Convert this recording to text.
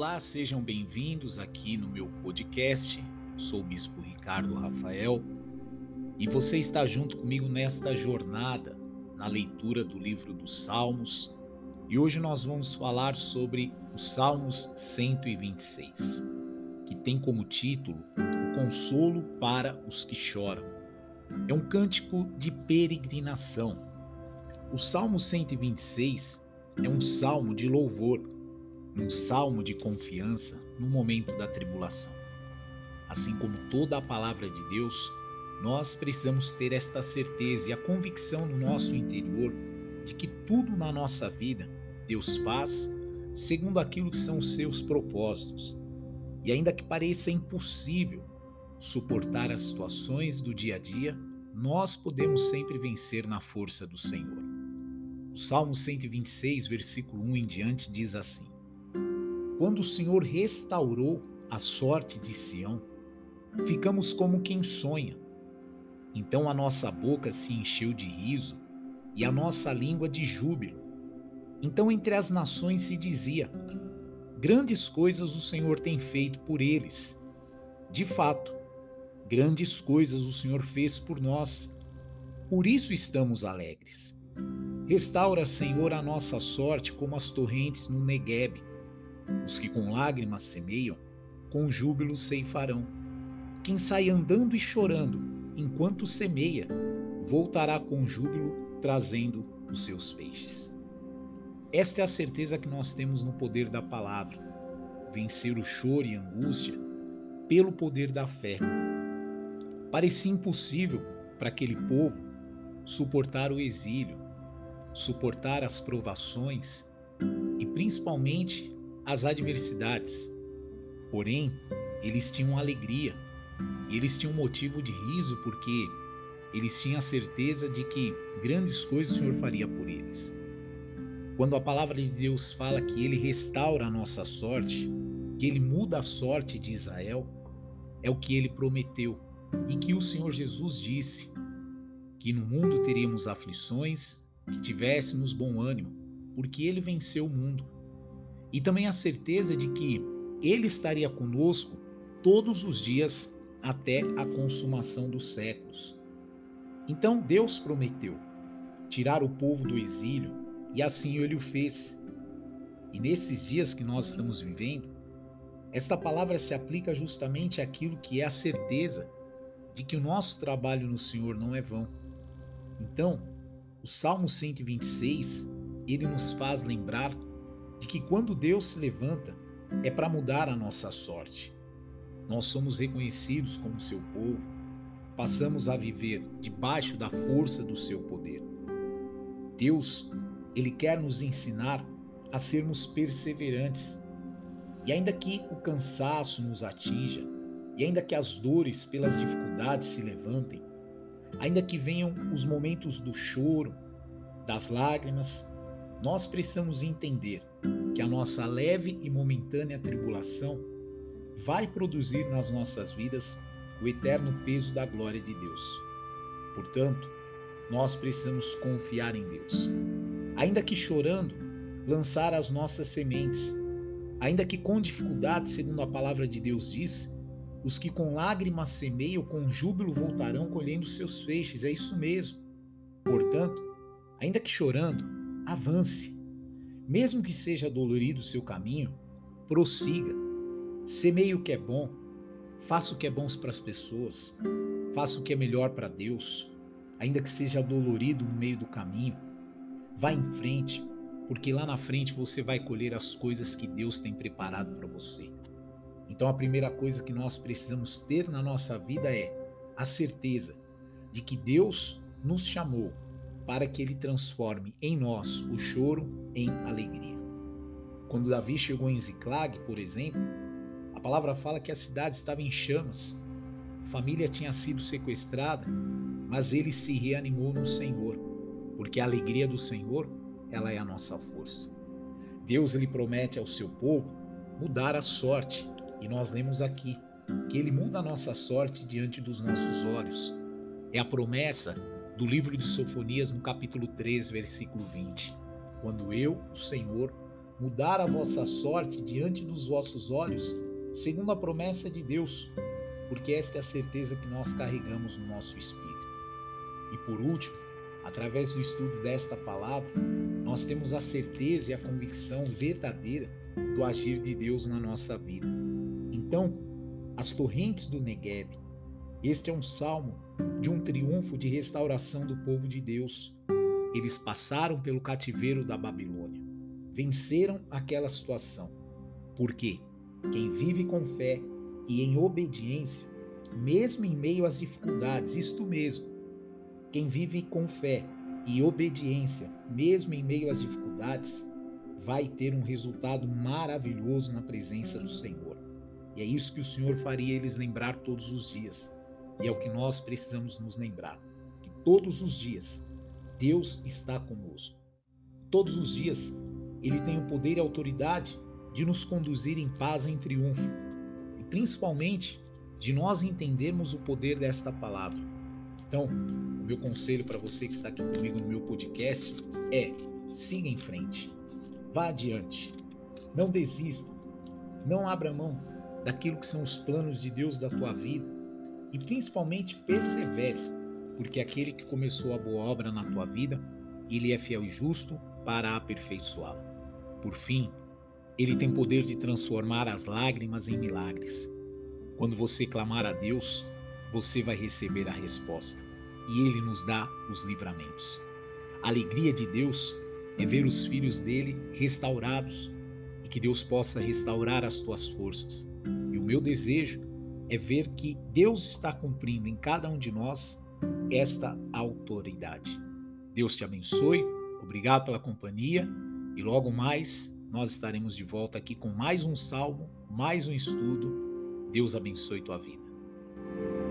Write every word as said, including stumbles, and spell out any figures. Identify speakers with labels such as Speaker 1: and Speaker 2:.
Speaker 1: Olá, sejam bem-vindos aqui no meu podcast. Eu sou o Bispo Ricardo Rafael e você está junto comigo nesta jornada na leitura do livro dos Salmos. E hoje nós vamos falar sobre os Salmos cento e vinte e seis, que tem como título O Consolo para os que Choram. É um cântico de peregrinação. O Salmo cento e vinte e seis é um salmo de louvor, um salmo de confiança no momento da tribulação. Assim como toda a palavra de Deus, nós precisamos ter esta certeza e a convicção no nosso interior de que tudo na nossa vida Deus faz segundo aquilo que são os seus propósitos. E ainda que pareça impossível suportar as situações do dia a dia, nós podemos sempre vencer na força do Senhor. O Salmo cento e vinte e seis, versículo um em diante, diz assim: Quando o Senhor restaurou a sorte de Sião, ficamos como quem sonha. Então a nossa boca se encheu de riso e a nossa língua de júbilo. Então entre as nações se dizia: grandes coisas o Senhor tem feito por eles. De fato, grandes coisas o Senhor fez por nós. Por isso estamos alegres. Restaura, Senhor, a nossa sorte como as torrentes no Neguebe. Os que com lágrimas semeiam, com júbilo ceifarão. Quem sai andando e chorando, enquanto semeia, voltará com júbilo, trazendo os seus feixes. Esta é a certeza que nós temos no poder da palavra, vencer o choro e a angústia pelo poder da fé. Parecia impossível para aquele povo suportar o exílio, suportar as provações e principalmente as adversidades. Porém, eles tinham alegria e eles tinham motivo de riso porque eles tinham a certeza de que grandes coisas o Senhor faria por eles. Quando a palavra de Deus fala que Ele restaura a nossa sorte, que Ele muda a sorte de Israel, é o que Ele prometeu e que o Senhor Jesus disse, que no mundo teríamos aflições, que tivéssemos bom ânimo, porque Ele venceu o mundo. E também a certeza de que Ele estaria conosco todos os dias até a consumação dos séculos. Então Deus prometeu tirar o povo do exílio e assim Ele o fez. E nesses dias que nós estamos vivendo, esta palavra se aplica justamente àquilo que é a certeza de que o nosso trabalho no Senhor não é vão. Então, o Salmo cento e vinte e seis, ele nos faz lembrar de que quando Deus se levanta, é para mudar a nossa sorte. Nós somos reconhecidos como seu povo, passamos a viver debaixo da força do seu poder. Deus, ele quer nos ensinar a sermos perseverantes. E ainda que o cansaço nos atinja, e ainda que as dores pelas dificuldades se levantem, ainda que venham os momentos do choro, das lágrimas, nós precisamos entender que a nossa leve e momentânea tribulação vai produzir nas nossas vidas o eterno peso da glória de Deus. Portanto, nós precisamos confiar em Deus. Ainda que chorando, lançar as nossas sementes. Ainda que com dificuldade, segundo a palavra de Deus diz, os que com lágrimas semeiam, com júbilo voltarão colhendo seus feixes. É isso mesmo. Portanto, ainda que chorando, avance. Mesmo que seja dolorido o seu caminho, prossiga. Semeie o que é bom. Faça o que é bom para as pessoas. Faça o que é melhor para Deus. Ainda que seja dolorido no meio do caminho, vá em frente, porque lá na frente você vai colher as coisas que Deus tem preparado para você. Então a primeira coisa que nós precisamos ter na nossa vida é a certeza de que Deus nos chamou para que Ele transforme em nós o choro em alegria. Quando Davi chegou em Ziclag, por exemplo, a palavra fala que a cidade estava em chamas, a família tinha sido sequestrada, mas ele se reanimou no Senhor, porque a alegria do Senhor, ela é a nossa força. Deus, ele promete ao seu povo mudar a sorte, e nós lemos aqui que ele muda a nossa sorte diante dos nossos olhos. É a promessa do livro de Sofonias, no capítulo três, versículo vinte. Quando eu, o Senhor, mudar a vossa sorte diante dos vossos olhos, segundo a promessa de Deus, porque esta é a certeza que nós carregamos no nosso espírito. E por último, através do estudo desta palavra, nós temos a certeza e a convicção verdadeira do agir de Deus na nossa vida. Então, as torrentes do Negueb, este é um salmo de um triunfo de restauração do povo de Deus. Eles passaram pelo cativeiro da Babilônia, venceram aquela situação. Por quê? Quem vive com fé e em obediência, mesmo em meio às dificuldades, isto mesmo, quem vive com fé e obediência, mesmo em meio às dificuldades, vai ter um resultado maravilhoso na presença do Senhor. E é isso que o Senhor faria eles lembrar todos os dias. E é o que nós precisamos nos lembrar. Que todos os dias, Deus está conosco. Todos os dias, Ele tem o poder e a autoridade de nos conduzir em paz e em triunfo. E principalmente, de nós entendermos o poder desta palavra. Então, o meu conselho para você que está aqui comigo no meu podcast é: siga em frente, vá adiante, não desista, não abra mão daquilo que são os planos de Deus da tua vida e principalmente persevere, porque aquele que começou a boa obra na tua vida, ele é fiel e justo para aperfeiçoá-la. Por fim, ele tem poder de transformar as lágrimas em milagres. Quando você clamar a Deus, você vai receber a resposta. E Ele nos dá os livramentos. A alegria de Deus é ver os filhos dele restaurados e que Deus possa restaurar as tuas forças. E o meu desejo é ver que Deus está cumprindo em cada um de nós esta autoridade. Deus te abençoe, obrigado pela companhia e logo mais nós estaremos de volta aqui com mais um salmo, mais um estudo. Deus abençoe tua vida.